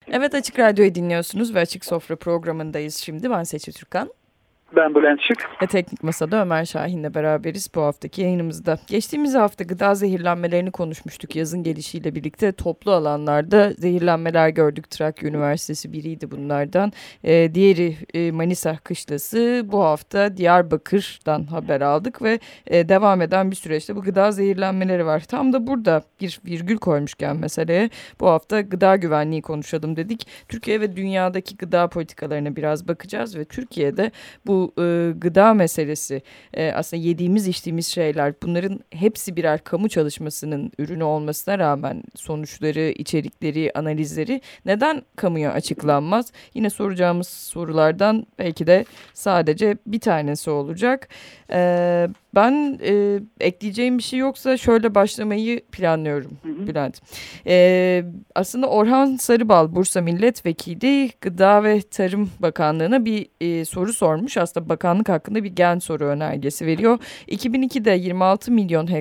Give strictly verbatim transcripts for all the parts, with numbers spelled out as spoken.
Evet, Açık Radyo'yu dinliyorsunuz ve Açık Sofra programındayız şimdi. Ben Seçil Türkan. Ben Bülent Şık. Ve Teknik Masa'da Ömer Şahin'le beraberiz bu haftaki yayınımızda. Geçtiğimiz hafta gıda zehirlenmelerini konuşmuştuk. Yazın gelişiyle birlikte toplu alanlarda zehirlenmeler gördük. Trakya Üniversitesi biriydi bunlardan. Ee, diğeri e, Manisa Kışlası. Bu hafta Diyarbakır'dan haber aldık ve e, devam eden bir süreçte bu gıda zehirlenmeleri var. Tam da burada bir virgül koymuşken meseleye bu hafta gıda güvenliği konuşalım dedik. Türkiye ve dünyadaki gıda politikalarına biraz bakacağız ve Türkiye'de bu Bu e, gıda meselesi e, aslında yediğimiz içtiğimiz şeyler, bunların hepsi birer kamu çalışmasının ürünü olmasına rağmen sonuçları, içerikleri, analizleri neden kamuya açıklanmaz? Yine soracağımız sorulardan belki de sadece bir tanesi olacak. E, ben e, ekleyeceğim bir şey yoksa şöyle başlamayı planlıyorum, hı hı. Bülent. E, aslında Orhan Sarıbal, Bursa Milletvekili, Gıda ve Tarım Bakanlığı'na bir e, soru sormuş. Aslında bakanlık hakkında bir gen soru önergesi veriyor. iki bin ikide yirmi altı milyon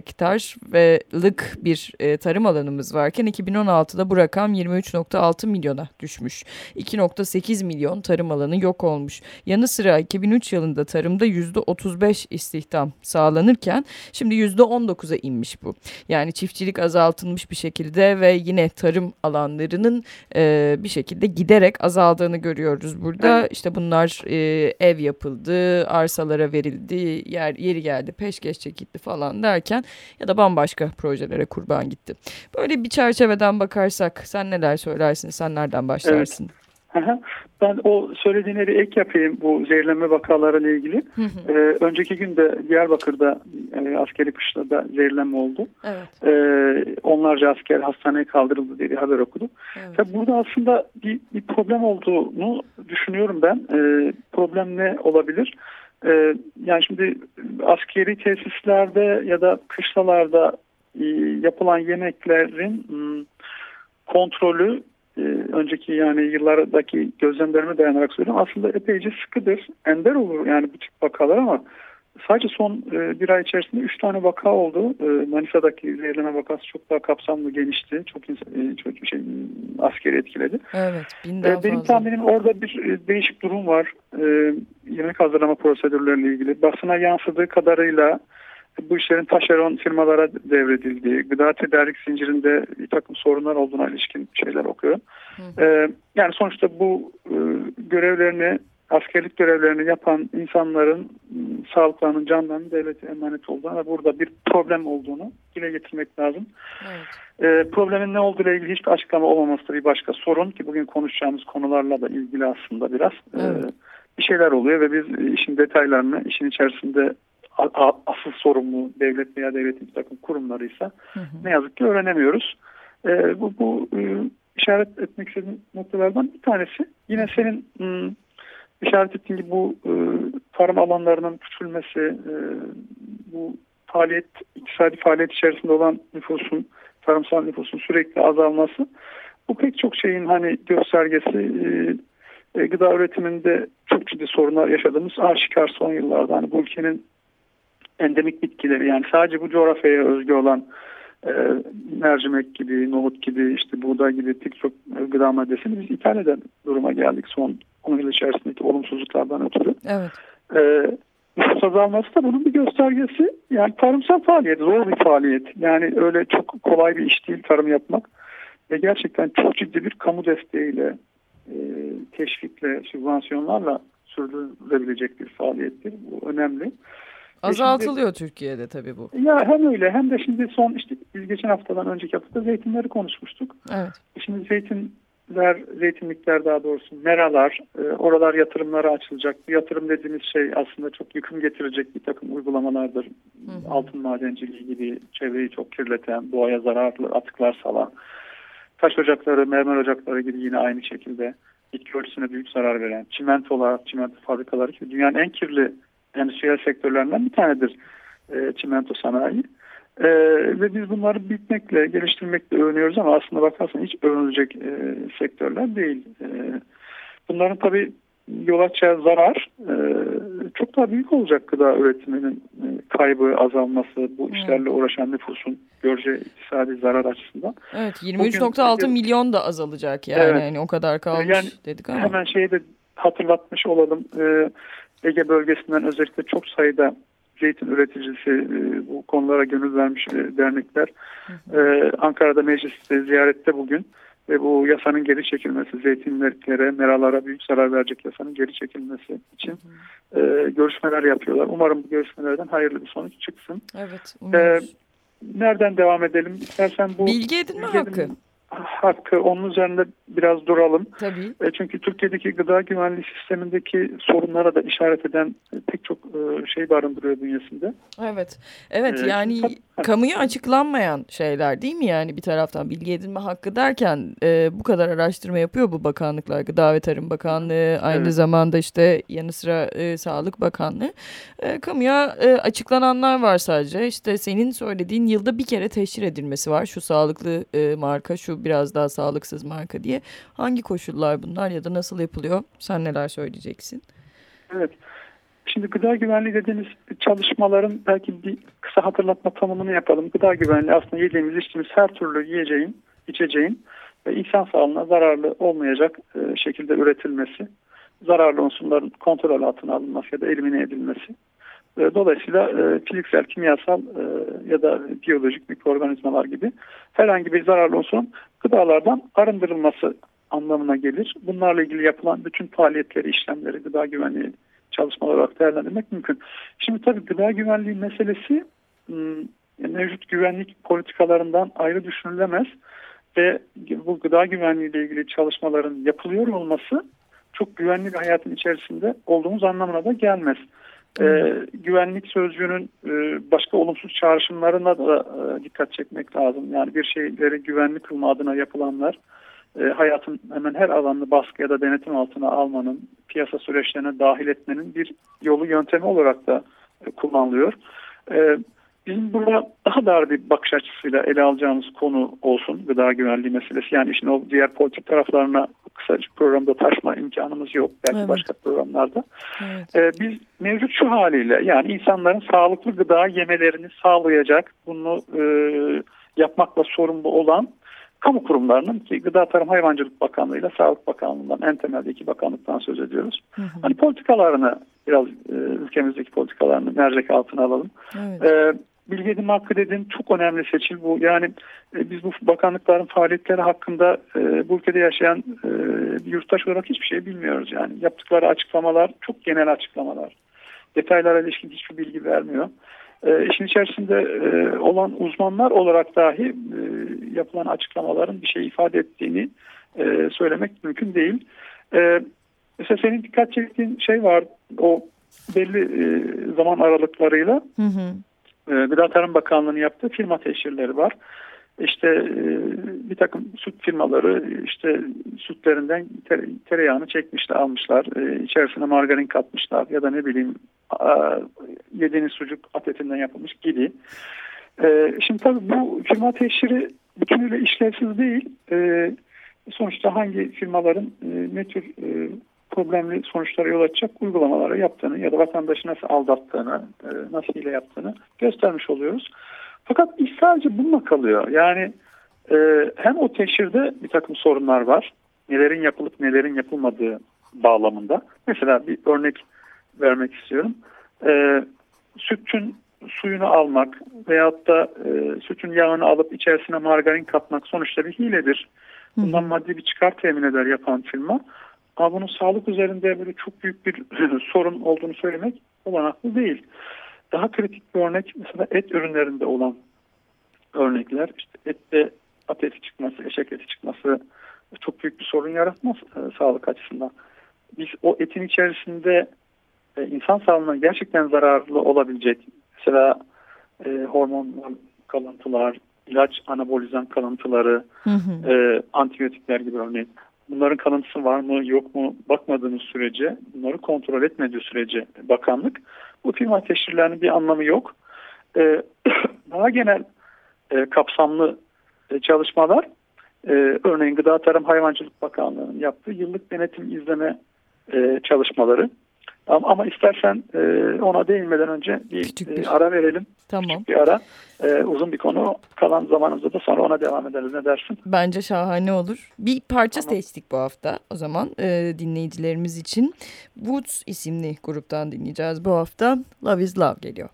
hektarlık bir e, tarım alanımız varken iki bin on altıda bu rakam yirmi üç nokta altı milyona düşmüş. iki nokta sekiz milyon tarım alanı yok olmuş. Yanı sıra iki bin üç yılında tarımda yüzde otuz beş istihdam sağlanırken şimdi yüzde on dokuza inmiş bu. Yani çiftçilik azaltılmış bir şekilde ve yine tarım alanlarının e, bir şekilde giderek azaldığını görüyoruz burada. Evet. İşte bunlar e, ev yapıldı, arsalara verildi, yer yeri geldi, peşkeş çekildi falan derken ya da bambaşka projelere kurban gitti. Böyle bir çerçeveden bakarsak sen neler söylersin, sen nereden başlarsın? Evet. Ben o söylediğine bir ek yapayım bu zehirlenme vakalarıyla ilgili. Hı hı. Ee, önceki gün de Diyarbakır'da e, askeri kışlada zehirlenme oldu. Evet. Ee, onlarca asker hastaneye kaldırıldı diye bir haber okudum. Evet. Ve burada aslında bir, bir problem olduğunu düşünüyorum ben. Ee, problem ne olabilir? Ee, yani şimdi askeri tesislerde ya da kışlalarda e, yapılan yemeklerin m, kontrolü önceki yani yıllardaki gözlemlerime dayanarak söylüyorum. Aslında epeyce sıkıdır. Ender olur yani bu tip vakalar ama sadece son e, bir ay içerisinde üç tane vaka oldu. E, Manisa'daki zehirleme vakası çok daha kapsamlı, genişti. Çok, e, çok şey, askeri etkiledi. Evet, binden e, Benim fazla. tahminim orada bir e, değişik durum var. E, yemek hazırlama prosedürleriyle ilgili. Basına yansıdığı kadarıyla bu işlerin taşeron firmalara devredildiği, gıda tedarik zincirinde bir takım sorunlar olduğuna ilişkin şeyler okuyorum. Hı. Ee, yani sonuçta bu e, görevlerini, askerlik görevlerini yapan insanların e, sağlıklarının, canlarının devlete emanet olduğunu ve burada bir problem olduğunu dile getirmek lazım. Evet. Ee, problemin ne olduğuyla ilgili hiçbir açıklama olmaması da bir başka sorun ki bugün konuşacağımız konularla da ilgili aslında biraz. Evet. Ee, bir şeyler oluyor ve biz işin detaylarını, işin içerisinde asıl sorumlu devlet veya devletin bir takım kurumlarıysa hı hı. ne yazık ki öğrenemiyoruz. Ee, bu bu e, işaret etmek istediğim noktalardan bir tanesi. Yine senin m, işaret ettiğin gibi bu e, tarım alanlarının küçülmesi, e, bu faaliyet, iktisadi faaliyet içerisinde olan nüfusun, tarımsal nüfusun sürekli azalması, bu pek çok şeyin hani göstergesi. E, e, gıda üretiminde çok ciddi sorunlar yaşadığımız aşikar son yıllarda. Hani bu ülkenin endemik bitkileri, yani sadece bu coğrafyaya özgü olan e, mercimek gibi, nohut gibi, işte buğday gibi pek çok gıda maddesini biz ithal eden duruma geldik son on yıl içerisindeki olumsuzluklardan ötürü. Evet. E, nüfus azalması da bunun bir göstergesi. Yani tarımsal faaliyet, zor bir faaliyet. Yani öyle çok kolay bir iş değil tarım yapmak. Ve gerçekten çok ciddi bir kamu desteğiyle, e, teşvikle, sübvansiyonlarla sürdürülebilecek bir faaliyettir. Bu önemli. Azaltılıyor şimdi, Türkiye'de tabii bu. Ya hem öyle hem de şimdi son işte biz geçen haftadan önceki haftada zeytinleri konuşmuştuk. Evet. Şimdi zeytinler, zeytinlikler daha doğrusu meralar, e, oralar yatırımlara açılacak. Bu yatırım dediğimiz şey aslında çok yıkım getirecek bir takım uygulamalardır. Hı hı. Altın madenciliği gibi çevreyi çok kirleten, doğaya zararlı atıklar salan, taş ocakları, mermer ocakları gibi yine aynı şekilde bitki örtüsüne büyük zarar veren, çimentolar, çimento fabrikaları gibi dünyanın en kirli endüstriyel sektörlerinden bir tanedir e, çimento sanayi. E, ve biz bunları bitmekle, geliştirmekle övünüyoruz ama aslında bakarsan hiç övünülecek e, sektörler değil. E, bunların tabii yol açacağı zarar e, çok daha büyük olacak gıda üretiminin e, kaybı, azalması, bu işlerle uğraşan nüfusun görece iktisadi zarar açısından. Evet, yirmi üç nokta altı milyon da azalacak yani. Evet. Yani o kadar kalmış yani, dedik ama. Hemen şeyi de hatırlatmış olalım. Ee, Ege bölgesinden özellikle çok sayıda zeytin üreticisi, e, bu konulara gönül vermiş e, dernekler. Hı hı. Ee, Ankara'da mecliste ziyarette bugün ve bu yasanın geri çekilmesi, zeytinliklere, meralara büyük zarar verecek yasanın geri çekilmesi için hı hı. E, görüşmeler yapıyorlar. Umarım bu görüşmelerden hayırlı bir sonuç çıksın. Evet, umarız. Ee, nereden devam edelim? İstersen bu bilgi edinme bilgi hakkı. Edinme hakkı, onun üzerinde biraz duralım. Tabii. E, çünkü Türkiye'deki gıda güvenliği sistemindeki sorunlara da işaret eden e, pek çok e, şey barındırıyor bünyesinde. Evet. Evet, e, yani tabii, kamuya açıklanmayan şeyler değil mi? Yani bir taraftan bilgi edinme hakkı derken e, bu kadar araştırma yapıyor bu bakanlıklar. Gıda ve Tarım Bakanlığı, aynı evet. zamanda işte yanı sıra e, Sağlık Bakanlığı. E, kamuya e, açıklananlar var sadece. İşte senin söylediğin yılda bir kere teşhir edilmesi var. Şu sağlıklı e, marka, şu biraz daha sağlıksız marka diye. Hangi koşullar bunlar ya da nasıl yapılıyor? Sen neler söyleyeceksin? Evet. Şimdi gıda güvenliği dediğimiz çalışmaların belki bir kısa hatırlatma tanımını yapalım. Gıda güvenliği aslında yediğimiz, içtiğimiz her türlü yiyeceğin, içeceğin ve insan sağlığına zararlı olmayacak şekilde üretilmesi, zararlı unsurların kontrol altına alınması ya da elimine edilmesi. Dolayısıyla fiziksel, kimyasal ya da biyolojik mikroorganizmalar gibi herhangi bir zararlı unsurun gıdalardan arındırılması anlamına gelir. Bunlarla ilgili yapılan bütün faaliyetleri, işlemleri gıda güvenliği çalışmalar olarak değerlendirmek mümkün. Şimdi tabii gıda güvenliği meselesi mevcut güvenlik politikalarından ayrı düşünülemez ve bu gıda güvenliği ile ilgili çalışmaların yapılıyor olması çok güvenli bir hayatın içerisinde olduğumuz anlamına da gelmez. Ee, güvenlik sözcüğünün e, başka olumsuz çağrışımlarına da e, dikkat çekmek lazım. Yani bir şeyleri güvenli kılma adına yapılanlar e, hayatın hemen her alanını baskı ya da denetim altına almanın, piyasa süreçlerine dahil etmenin bir yolu, yöntemi olarak da e, kullanılıyor. E, bizim burada daha dar bir bakış açısıyla ele alacağımız konu olsun gıda güvenliği meselesi. Yani işin o diğer politik taraflarına kısacık programda taşma imkanımız yok. Belki evet. başka programlarda. Evet. Ee, biz mevcut şu haliyle yani insanların sağlıklı gıda yemelerini sağlayacak, bunu e, yapmakla sorumlu olan kamu kurumlarının ki Gıda Tarım Hayvancılık Bakanlığı ile Sağlık Bakanlığı'ndan en temelde iki bakanlıktan söz ediyoruz. Hı hı. Hani politikalarını biraz e, ülkemizdeki politikalarını mercek altına alalım. Evet. E, Bilgi edinme hakkı dediğim çok önemli seçil bu. Yani e, biz bu bakanlıkların faaliyetleri hakkında e, bu ülkede yaşayan e, bir yurttaş olarak hiçbir şey bilmiyoruz. Yani yaptıkları açıklamalar çok genel açıklamalar. Detaylara ilişkin hiçbir bilgi vermiyor. E, işin içerisinde e, olan uzmanlar olarak dahi e, yapılan açıklamaların bir şey ifade ettiğini e, söylemek mümkün değil. E, mesela senin dikkat çektiğin şey var. O belli e, zaman aralıklarıyla hı hı. Gıda Tarım Bakanlığı'nın yaptığı firma teşhirleri var. İşte bir takım süt firmaları işte sütlerinden tereyağını çekmişler, almışlar. İçerisine margarin katmışlar ya da ne bileyim yediğiniz sucuk at etinden yapılmış gibi. Şimdi tabii bu firma teşhiri bütünüyle işlevsiz değil. Sonuçta hangi firmaların ne tür problemli sonuçlara yol açacak uygulamaları yaptığını ya da vatandaşı nasıl aldattığını, nasıl hile yaptığını göstermiş oluyoruz. Fakat iş sadece bununla kalıyor. Yani e, hem o teşhirde bir takım sorunlar var. Nelerin yapılıp nelerin yapılmadığı bağlamında. Mesela bir örnek vermek istiyorum. E, sütün suyunu almak veyahut da e, sütün yağını alıp içerisine margarin katmak sonuçta bir hiledir. Bundan maddi bir çıkar temin eder yapan firma. Ama bunun sağlık üzerinde böyle çok büyük bir sorun olduğunu söylemek olanaklı değil. Daha kritik bir örnek mesela et ürünlerinde olan örnekler. İşte ette at eti çıkması, eşek eti çıkması çok büyük bir sorun yaratmaz e, sağlık açısından. Biz o etin içerisinde e, insan sağlığına gerçekten zararlı olabilecek mesela e, hormonal kalıntılar, ilaç anabolizan kalıntıları, hı hı. E, antibiyotikler gibi örneğin. Bunların kalıntısı var mı yok mu bakmadığınız sürece, bunları kontrol etmediği sürece bakanlık bu firma teşhirlerinin bir anlamı yok. Ee, daha genel e, kapsamlı e, çalışmalar e, örneğin Gıda Tarım Hayvancılık Bakanlığı'nın yaptığı yıllık denetim izleme e, çalışmaları. Ama, ama istersen e, ona değinmeden önce bir, Küçük bir e, ara verelim. Tamam. Küçük bir ara. E, uzun bir konu. Kalan zamanımızda da sonra ona devam ederiz. Ne dersin? Bence şahane olur. Bir parça Tamam. seçtik bu hafta. O zaman e, dinleyicilerimiz için Woods isimli gruptan dinleyeceğiz bu hafta. Love is Love geliyor.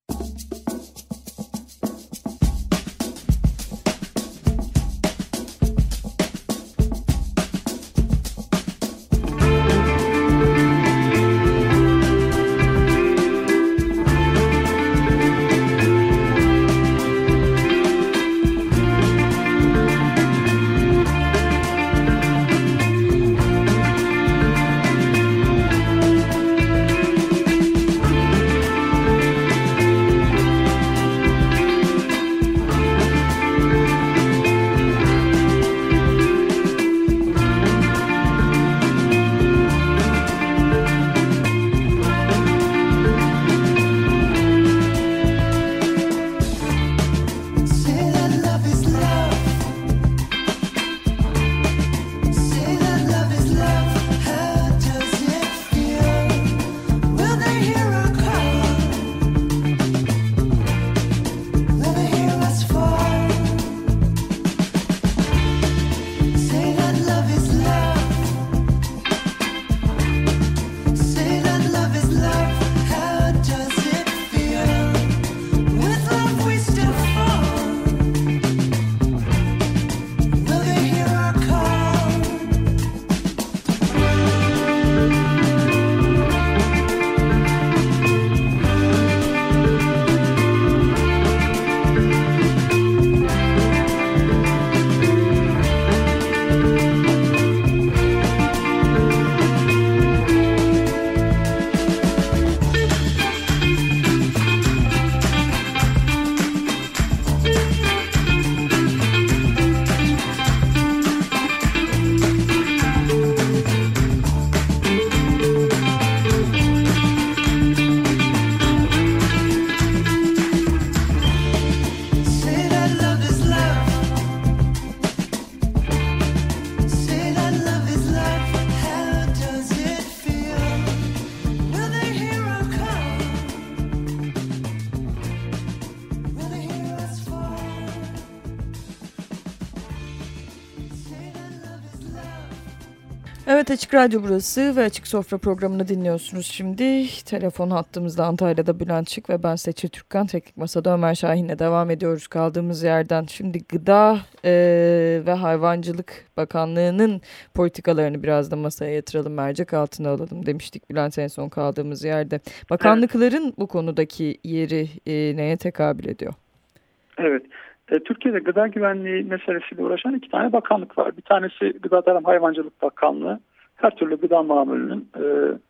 Evet, Açık Radyo burası ve Açık Sofra programını dinliyorsunuz şimdi. Telefon hattımızda Antalya'da Bülent Şık ve ben Seçil Türkkan. Teknik Masa'da Ömer Şahin'le devam ediyoruz kaldığımız yerden. Şimdi Gıda e, ve Hayvancılık Bakanlığı'nın politikalarını biraz da masaya yatıralım, mercek altına alalım demiştik Bülent en son kaldığımız yerde. Bakanlıkların evet. bu konudaki yeri e, neye tekabül ediyor? Evet. Türkiye'de gıda güvenliği meselesiyle uğraşan iki tane bakanlık var. Bir tanesi Gıda Tarım Hayvancılık Bakanlığı. Her türlü gıda mamulünün e,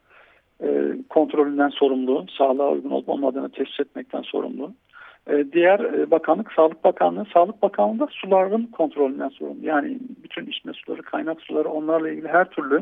e, kontrolünden sorumlu, sağlığa uygun olup olmadığını tespit etmekten sorumlu. E, diğer e, bakanlık Sağlık Bakanlığı. Sağlık Bakanlığı da suların kontrolünden sorumlu. Yani bütün içme suları, kaynak suları, onlarla ilgili her türlü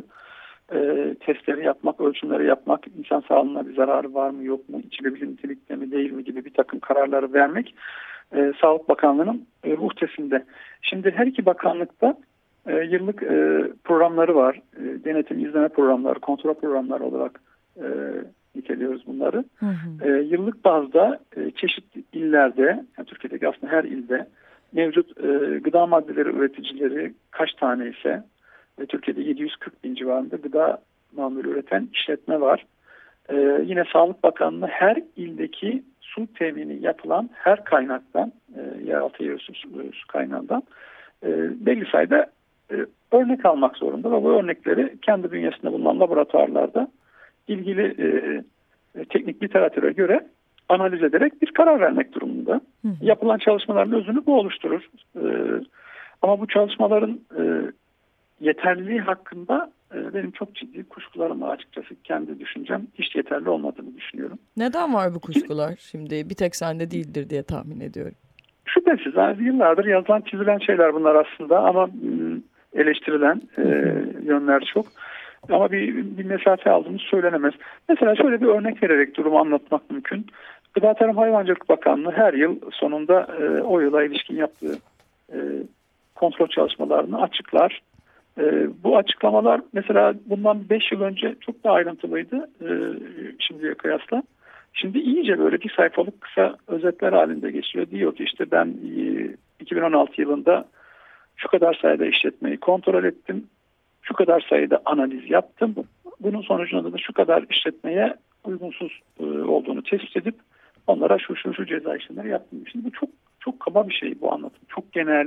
e, testleri yapmak, ölçümleri yapmak, insan sağlığına bir zararı var mı yok mu, içilebilir nitelikte mi değil mi gibi bir takım kararları vermek e, Sağlık Bakanlığı'nın e, ruhtesinde. Şimdi her iki bakanlıkta e, yıllık e, programları var. E, denetim, izleme programları, kontrol programları olarak e, niteliyoruz bunları. Hı hı. E, yıllık bazda e, çeşitli illerde, yani Türkiye'deki aslında her ilde mevcut e, gıda maddeleri üreticileri kaç tane ise e, Türkiye'de yedi yüz kırk bin civarında gıda mamulü üreten işletme var. E, yine Sağlık Bakanlığı her ildeki su temini yapılan her kaynaktan, e, yeraltı yerüstü su, su kaynağından e, belli sayıda e, örnek almak zorunda ve bu örnekleri kendi bünyesinde bulunan laboratuvarlarda ilgili e, e, teknik literatüre göre analiz ederek bir karar vermek durumunda. Hı hı. Yapılan çalışmaların özünü bu oluşturur. E, ama bu çalışmaların e, yeterliliği hakkında e, benim çok ciddi kuşkularım var açıkçası. Kendi düşüncem hiç yeterli olmadığını düşünüyorum. Neden var bu kuşkular? Şimdi bir tek sende değildir diye tahmin ediyorum. Şüphesiz. Yani yıllardır yazılan çizilen şeyler bunlar aslında ama eleştirilen e, yönler çok. Ama bir, bir mesafe aldığımız söylenemez. Mesela şöyle bir örnek vererek durumu anlatmak mümkün. Gıda Tarım Hayvancılık Bakanlığı her yıl sonunda e, o yıla ilişkin yaptığı e, kontrol çalışmalarını açıklar. E, bu açıklamalar mesela bundan beş yıl önce çok daha ayrıntılıydı e, şimdiye kıyasla. Şimdi iyice böyle bir sayfalık kısa özetler halinde geçiyor. Diyor ki işte ben e, iki bin on altı yılında şu kadar sayıda işletmeyi kontrol ettim. Şu kadar sayıda analiz yaptım. Bunun sonucunda da şu kadar işletmeye uygunsuz e, olduğunu tespit edip onlara şu şu şu ceza işlemleri yaptım. Şimdi bu çok çok kaba bir şey bu anlatım. Çok genel.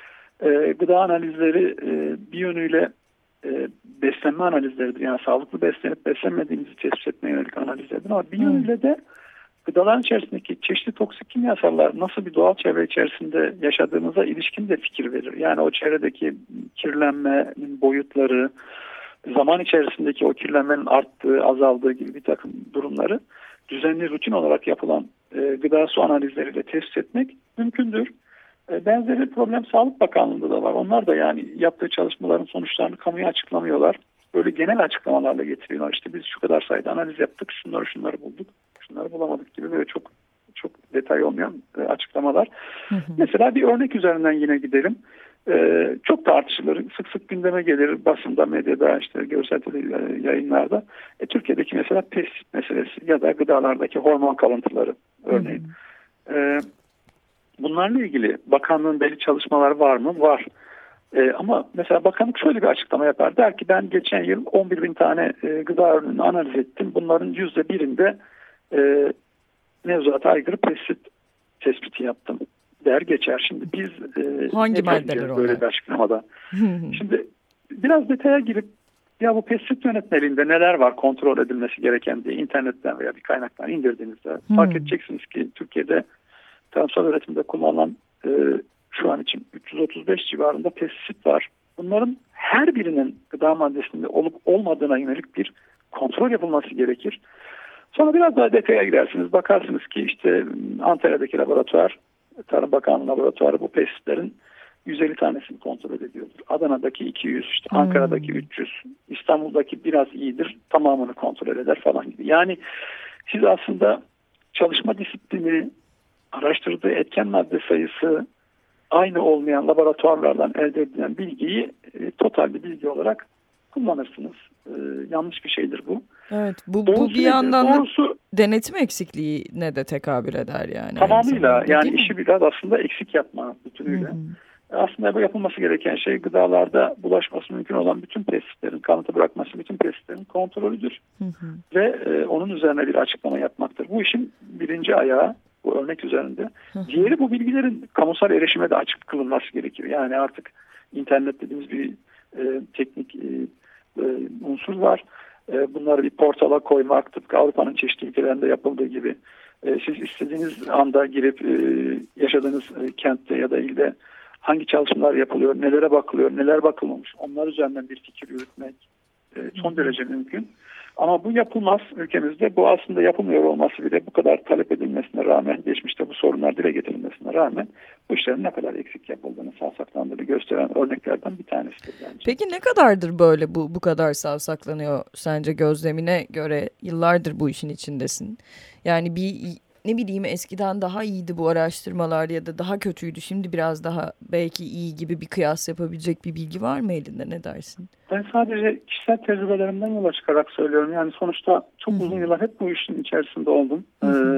E, gıda analizleri e, bir yönüyle e, beslenme analizleridir. Yani sağlıklı beslenip beslenmediğimizi tespit etmeye yönelik analizlerdir. Ama bir yönüyle de gıdaların içerisindeki çeşitli toksik kimyasallar nasıl bir doğal çevre içerisinde yaşadığımıza ilişkin de fikir verir. Yani o çevredeki kirlenmenin boyutları, zaman içerisindeki o kirlenmenin arttığı, azaldığı gibi bir takım durumları düzenli, rutin olarak yapılan e, gıda su analizleriyle tespit etmek mümkündür. E, benzeri problem Sağlık Bakanlığı'nda da var. Onlar da yani yaptığı çalışmaların sonuçlarını kamuya açıklamıyorlar. Böyle genel açıklamalarla getiriyorlar. İşte biz şu kadar sayıda analiz yaptık, şunları şunları bulduk, şunları bulamadık gibi böyle çok çok detay olmayan e, açıklamalar. Hı hı. Mesela bir örnek üzerinden yine gidelim. Ee, çok tartışılır, sık sık gündeme gelir basında, medyada, işte görsel yayınlarda. E, Türkiye'deki mesela pestisit meselesi ya da gıdalardaki hormon kalıntıları örneğin. Hmm. Ee, bunlarla ilgili bakanlığın belli çalışmaları var mı? Var. Ee, ama mesela bakanlık şöyle bir açıklama yapar. Der ki ben geçen yıl on bir bin tane e, gıda ürününü analiz ettim. Bunların yüzde birinde e, mevzuata aykırı pestisit tespiti yaptım der geçer. Şimdi biz e, hangi maddeler böyle bir açıklamada? Şimdi biraz detaya girip ya bu pestisit yönetmeliğinde neler var kontrol edilmesi gereken diye internetten veya bir kaynaktan indirdiğinizde hmm. fark edeceksiniz ki Türkiye'de tarımsal üretimde kullanılan e, şu an için üç yüz otuz beş civarında pestisit var. Bunların her birinin gıda maddesinde olup olmadığına yönelik bir kontrol yapılması gerekir. Sonra biraz daha detaya gidersiniz. Bakarsınız ki işte Antalya'daki laboratuvar, Tarım Bakanlığı laboratuvarı bu pestisitlerin yüz elli tanesini kontrol ediyordur. Adana'daki iki yüz, işte hmm. Ankara'daki üç yüz, İstanbul'daki biraz iyidir, tamamını kontrol eder falan gibi. Yani siz aslında çalışma disiplini, araştırdığı etken madde sayısı aynı olmayan laboratuvarlardan elde edilen bilgiyi e, total bir bilgi olarak kullanırsınız. E, yanlış bir şeydir bu. Evet, bu, bu bir yandan doğrusu, denetim eksikliğine de tekabül eder yani. Tamamıyla yani işi mi? Biraz aslında eksik yapma bütünüyle. Hı hı. Aslında bu yapılması gereken şey gıdalarda bulaşması mümkün olan bütün pestisitlerin, kalıntı bırakması bütün pestisitlerin kontrolüdür. Hı hı. Ve e, onun üzerine bir açıklama yapmaktır. Bu işin birinci ayağı bu örnek üzerinde. Hı hı. Diğeri bu bilgilerin kamusal erişime de açık kılınması gerekiyor. Yani artık internet dediğimiz bir e, teknik e, e, unsur var. E, bunları bir portala koymak, tıpkı Avrupa'nın çeşitli ülkelerinde yapıldığı gibi. E, siz istediğiniz anda girip e, yaşadığınız e, kentte ya da ilde hangi çalışmalar yapılıyor, nelere bakılıyor, neler bakılmamış, onlar üzerinden bir fikir yürütmek e, son derece mümkün. Ama bu yapılmaz ülkemizde. Bu aslında yapılmıyor olması bile bu kadar talep edilmesine rağmen, geçmişte bu sorunlar dile getirilmesine rağmen bu işlerin ne kadar eksik yapıldığını, savsaklandığını gösteren örneklerden bir tanesidir bence. Peki ne kadardır böyle bu bu kadar savsaklanıyor sence gözlemine göre? Yıllardır bu işin içindesin. Yani bir ne bileyim eskiden daha iyiydi bu araştırmalar ya da daha kötüydü. Şimdi biraz daha belki iyi gibi bir kıyas yapabilecek bir bilgi var mı elinde, ne dersin? Ben sadece kişisel tecrübelerimden yola çıkarak söylüyorum. Yani sonuçta çok Hı-hı. uzun yıllar hep bu işin içerisinde oldum. Ee,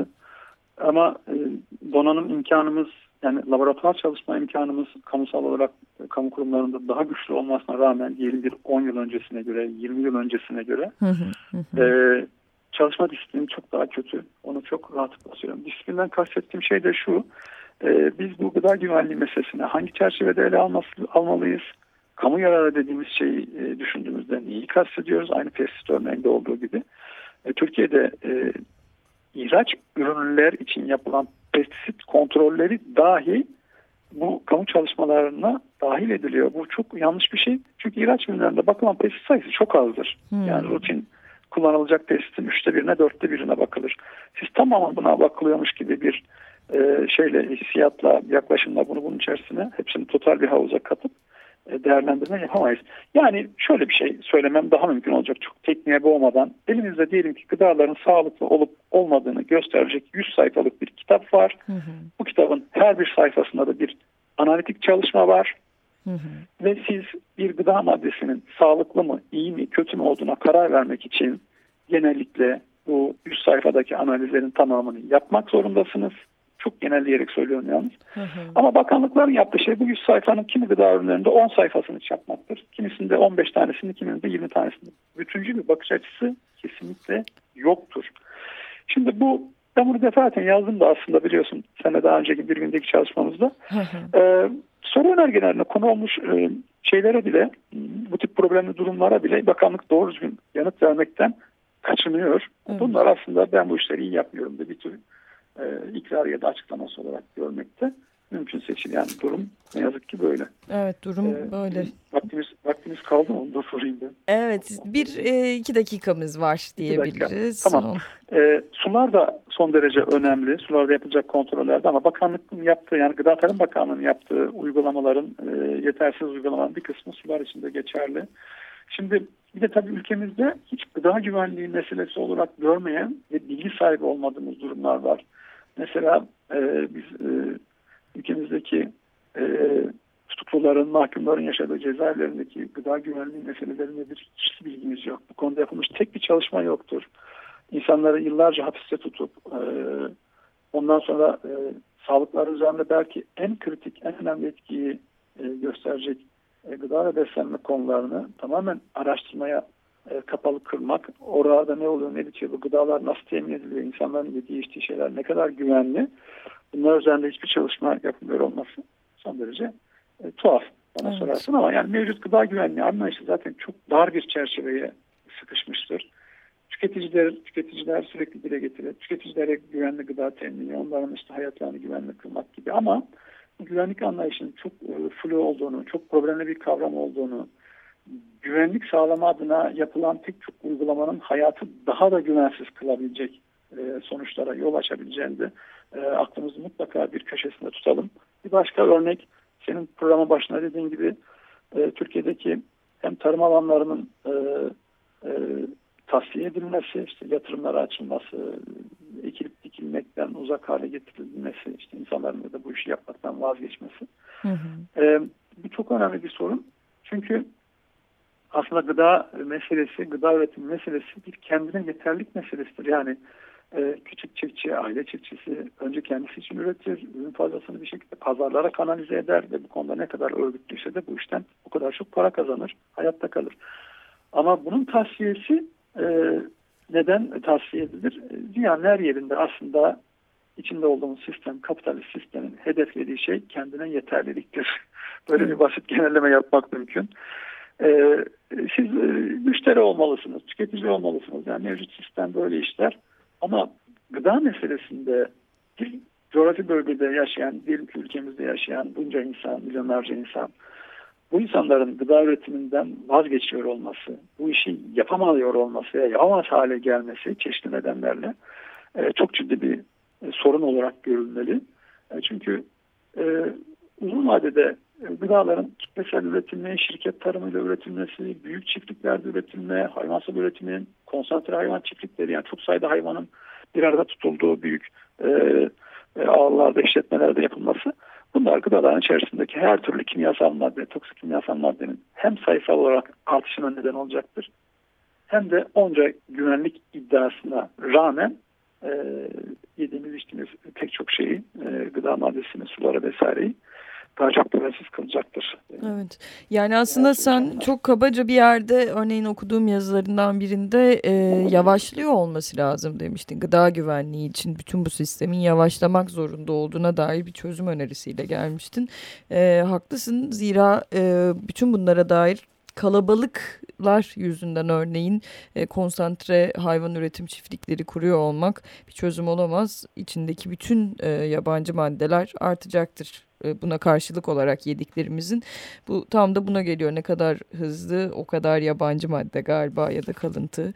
ama e, donanım imkanımız, yani laboratuvar çalışma imkanımız kamusal olarak kamu kurumlarında daha güçlü olmasına rağmen diyelim bir on yıl öncesine göre, yirmi yıl öncesine göre e, çalışma disiplini çok daha kötü. Onu çok rahatlıkla söylüyorum. Disiplinden kastettiğim şey de şu. E, biz bu gıda güvenliği meselesine hangi çerçevede ele alması, almalıyız? Kamu yararı dediğimiz şeyi e, düşündüğümüzde neyi kastediyoruz? Aynı pestisit örneğinde olduğu gibi. E, Türkiye'de e, ihraç ürünler için yapılan pestisit kontrolleri dahi bu kamu çalışmalarına dahil ediliyor. Bu çok yanlış bir şey. Çünkü ihraç ürünlerinde bakılan pestisit sayısı çok azdır. Hmm. Yani rutin kullanılacak pestisitin üçte birine, dörtte birine bakılır. Siz tamamen buna bakılıyormuş gibi bir e, şeyle, hissiyatla, yaklaşımla bunu bunun içerisine hepsini total bir havuza katıp e, değerlendirme yapamayız. Yani şöyle bir şey söylemem daha mümkün olacak. Çok tekniğe boğmadan. Elimizde diyelim ki gıdaların sağlıklı olup olmadığını gösterecek yüz sayfalık bir kitap var. Hı hı. Bu kitabın her bir sayfasında da bir analitik çalışma var. Hı hı. Ve siz bir gıda maddesinin sağlıklı mı, iyi mi, kötü mü olduğuna karar vermek için genellikle bu yüz sayfadaki analizlerin tamamını yapmak zorundasınız. Çok genelleyerek söylüyorum yalnız. Hı hı. Ama bakanlıkların yaptığı şey bu yüz sayfanın kimi gıda ürünlerinde on sayfasını yapmaktır. Kimisinde on beş tanesini, kimisinde yirmi tanesini. Bütüncül bir bakış açısı kesinlikle yoktur. Şimdi bu, ben bunu defaten yazdım da aslında, biliyorsun sen de daha önceki bir gündeki çalışmamızda. Hı hı. Ee, soru önergelerine konu olmuş e, şeylere bile, bu tip problemli durumlara bile bakanlık doğru düzgün yanıt vermekten kaçınıyor. Evet. Bunlar aslında ben bu işleri iyi yapmıyorum da bir tür e, ikrar ya da açıklaması olarak görmekte mümkün seçilen durum ne yazık ki böyle. Evet, durum ee, böyle. Vaktimiz, vaktimiz kaldı mı? Onu da sorayım ben. Evet, bir e, iki dakikamız var diyebiliriz. Tamam. E, sular da son derece önemli. Sularda yapılacak kontrollerde, ama bakanlıkın yaptığı, yani Gıda Tarım Bakanlığı'nın yaptığı uygulamaların e, yetersiz uygulamaların bir kısmı sular için de geçerli. Şimdi bir de tabii ülkemizde hiç gıda güvenliği meselesi olarak görmeyen ve bilgi sahibi olmadığımız durumlar var. Mesela e, biz e, ülkemizdeki e, tutukluların, mahkumların yaşadığı cezaevlerindeki gıda güvenliği meseleleri nedir? Hiç bilgimiz yok. Bu konuda yapılmış tek bir çalışma yoktur. İnsanları yıllarca hapiste tutup e, ondan sonra e, sağlıkları üzerinde belki en kritik, en önemli etkiyi e, gösterecek e, gıda ve beslenme konularını tamamen araştırmaya e, kapalı kılmak, orada ne oluyor, ne bitiyor, bu gıdalar nasıl temin ediliyor, insanların yediği içtiği şeyler ne kadar güvenli, bunlar üzerinde hiçbir çalışma yapılmıyor olması son derece e, tuhaf bana evet. sorarsın. Ama yani mevcut gıda güvenliği anlayışı zaten çok dar bir çerçeveye sıkışmıştır. Tüketiciler, tüketiciler sürekli dile getirir. Tüketicilere güvenli gıda temini, onların işte hayatlarını güvenli kılmak gibi, ama güvenlik anlayışının çok e, flu olduğunu, çok problemli bir kavram olduğunu, güvenlik sağlama adına yapılan pek çok uygulamanın hayatı daha da güvensiz kılabilecek e, sonuçlara yol açabileceğini de e, aklımızı mutlaka bir köşesinde tutalım. Bir başka örnek, senin programa başına dediğin gibi e, Türkiye'deki hem tarım alanlarının e, e, tasfiye edilmesi, işte yatırımlara açılması, ekilip dikilmekten uzak hale getirilmesi, işte insanların da bu işi yapmaktan vazgeçmesi. Hı hı. E, bu çok önemli bir sorun. Çünkü aslında gıda meselesi, gıda üretimi meselesi bir kendine yeterlik meselesidir. Yani e, küçük çiftçi, aile çiftçisi önce kendisi için üretir, ürün fazlasını bir şekilde pazarlara kanalize eder ve bu konuda ne kadar örgütlüyse de bu işten o kadar çok para kazanır, hayatta kalır. Ama bunun tasfiyesi e, neden tasfiye edilir? Dünyanın her yerinde aslında içinde olduğumuz sistem, kapitalist sistemin hedeflediği şey kendine yeterliliktir. Böyle hmm. bir basit genelleme yapmak mümkün. Ee, siz e, müşteri olmalısınız, tüketici olmalısınız. Yani mevcut sistem böyle işler. Ama gıda meselesinde bir coğrafi bölgede yaşayan, diyelim ki ülkemizde yaşayan bunca insan, milyonlarca insan, bu insanların gıda üretiminden vazgeçiyor olması, bu işi yapamıyor olması veya yapamaz hale gelmesi çeşitli nedenlerle e, çok ciddi bir e, sorun olarak görülmeli. E, çünkü e, uzun vadede gıdaların kitlesel üretilme, şirket tarımıyla üretilmesi, büyük çiftliklerde üretilme, hayvansal üretimin, konsantre hayvan çiftlikleri, yani çok sayıda hayvanın bir arada tutulduğu büyük e, e, ağlarda, işletmelerde yapılması, bunlar gıdaların içerisindeki her türlü kimyasal madde, toksik kimyasal maddenin hem sayısal olarak artışına neden olacaktır, hem de onca güvenlik iddiasına rağmen e, yediğimiz içtiğimiz pek çok şeyi, e, gıda maddesini, suları vesaireyi daha çok güvensiz kılacaktır. Evet. Yani aslında sen çok kabaca bir yerde, örneğin okuduğum yazılarından birinde e, yavaşlıyor olması lazım demiştin. Gıda güvenliği için bütün bu sistemin yavaşlamak zorunda olduğuna dair bir çözüm önerisiyle gelmiştin. E, haklısın, zira e, bütün bunlara dair kalabalıklar yüzünden örneğin e, konsantre hayvan üretim çiftlikleri kuruyor olmak bir çözüm olamaz. İçindeki bütün e, yabancı maddeler artacaktır. Buna karşılık olarak yediklerimizin, bu tam da buna geliyor. Ne kadar hızlı o kadar yabancı madde galiba ya da kalıntı.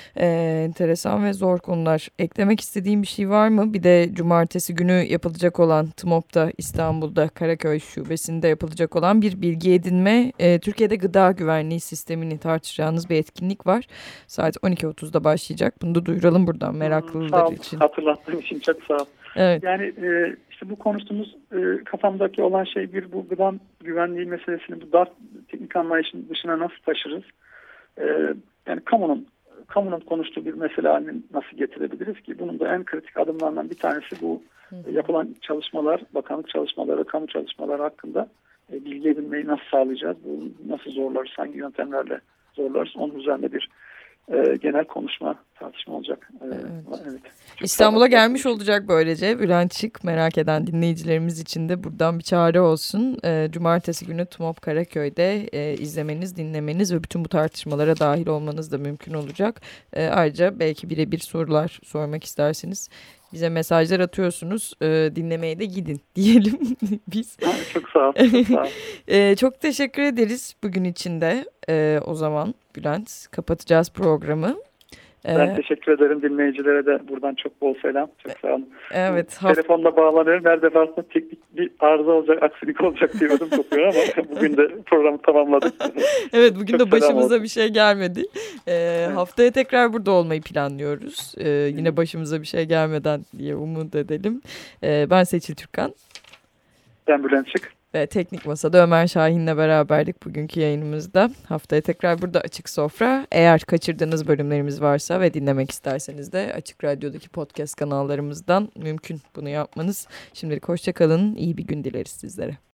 Ee, enteresan ve zor konular. Eklemek istediğim bir şey var mı? Bir de cumartesi günü yapılacak olan T M O P'ta, İstanbul'da Karaköy Şubesi'nde yapılacak olan bir bilgi edinme, e, Türkiye'de gıda güvenliği sistemini tartışacağınız bir etkinlik var. Saat on iki otuzda başlayacak. Bunu da duyuralım buradan meraklılar için. Hatırlattığın için çok sağ ol. Evet. Yani e, işte bu konuştuğumuz e, kafamdaki olan şey bir bu gıda güvenliği meselesini bu dar teknik anlayışın dışına nasıl taşırız? E, yani kamunun kamunun konuştuğu bir mesele haline nasıl getirebiliriz ki? Bunun da en kritik adımlarından bir tanesi bu e, yapılan çalışmalar, bakanlık çalışmaları, kamu çalışmaları hakkında e, bilgi edinmeyi nasıl sağlayacağız? Bu nasıl zorlarız? Hangi yöntemlerle zorlarız? Onun üzerinde bir e, genel konuşma, tartışma olacak. E, evet. evet. İstanbul'a gelmiş olacak böylece Bülent Şık. Merak eden dinleyicilerimiz için de buradan bir çağrı olsun. E, Cumartesi günü TUMOP Karaköy'de e, izlemeniz, dinlemeniz ve bütün bu tartışmalara dahil olmanız da mümkün olacak. E, ayrıca belki birebir sorular sormak isterseniz bize mesajlar atıyorsunuz. E, dinlemeye de gidin diyelim biz. Çok sağ ol. Çok, sağ ol. e, çok teşekkür ederiz bugün için de. E, o zaman Bülent, kapatacağız programı. Ben ee, teşekkür ederim. Dinleyicilere de buradan çok bol selam. Çok sağ olun. Evet. Haft- Telefonla bağlanıyorum. Her defasında teknik bir arıza olacak, aksilik olacak diye ödüm kopuyor ama bugün de programı tamamladık. Evet, bugün çok de başımıza olsun. bir şey gelmedi. Ee, evet. Haftaya tekrar burada olmayı planlıyoruz. Ee, yine başımıza bir şey gelmeden diye umut edelim. Ee, ben Seçil Türkan. Ben Bülent Şık. Ve Teknik Masa'da Ömer Şahin'le beraberdik bugünkü yayınımızda. Haftaya tekrar burada Açık Sofra. Eğer kaçırdığınız bölümlerimiz varsa ve dinlemek isterseniz de Açık Radyo'daki podcast kanallarımızdan mümkün bunu yapmanız. Şimdilik hoşça kalın. İyi bir gün dileriz sizlere.